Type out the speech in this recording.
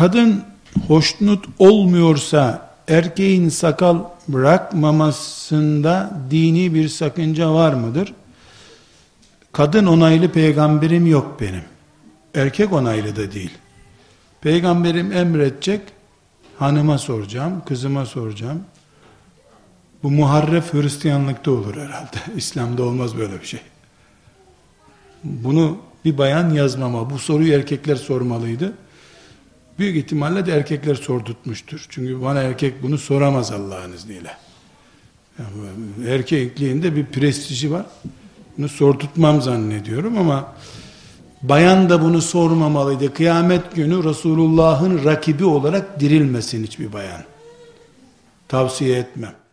kadın hoşnut olmuyorsa erkeğin sakal bırakmamasında dini bir sakınca var mıdır? Kadın onaylı peygamberim yok benim. Erkek onaylı da değil. Peygamberim emredecek, hanıma soracağım, kızıma soracağım. Bu muharref Hristiyanlıkta olur herhalde. İslam'da olmaz böyle bir şey. Bunu bir bayan yazmama. Bu soruyu erkekler sormalıydı. Büyük ihtimalle de erkekler sordurtmuştur. Çünkü bana erkek bunu soramaz Allah'ın izniyle. Yani erkekliğinde bir prestiji var. Bunu sordurtmam zannediyorum ama bayan da bunu sormamalıydı. Kıyamet günü Resulullah'ın rakibi olarak dirilmesin hiçbir bayan. Tavsiye etmem.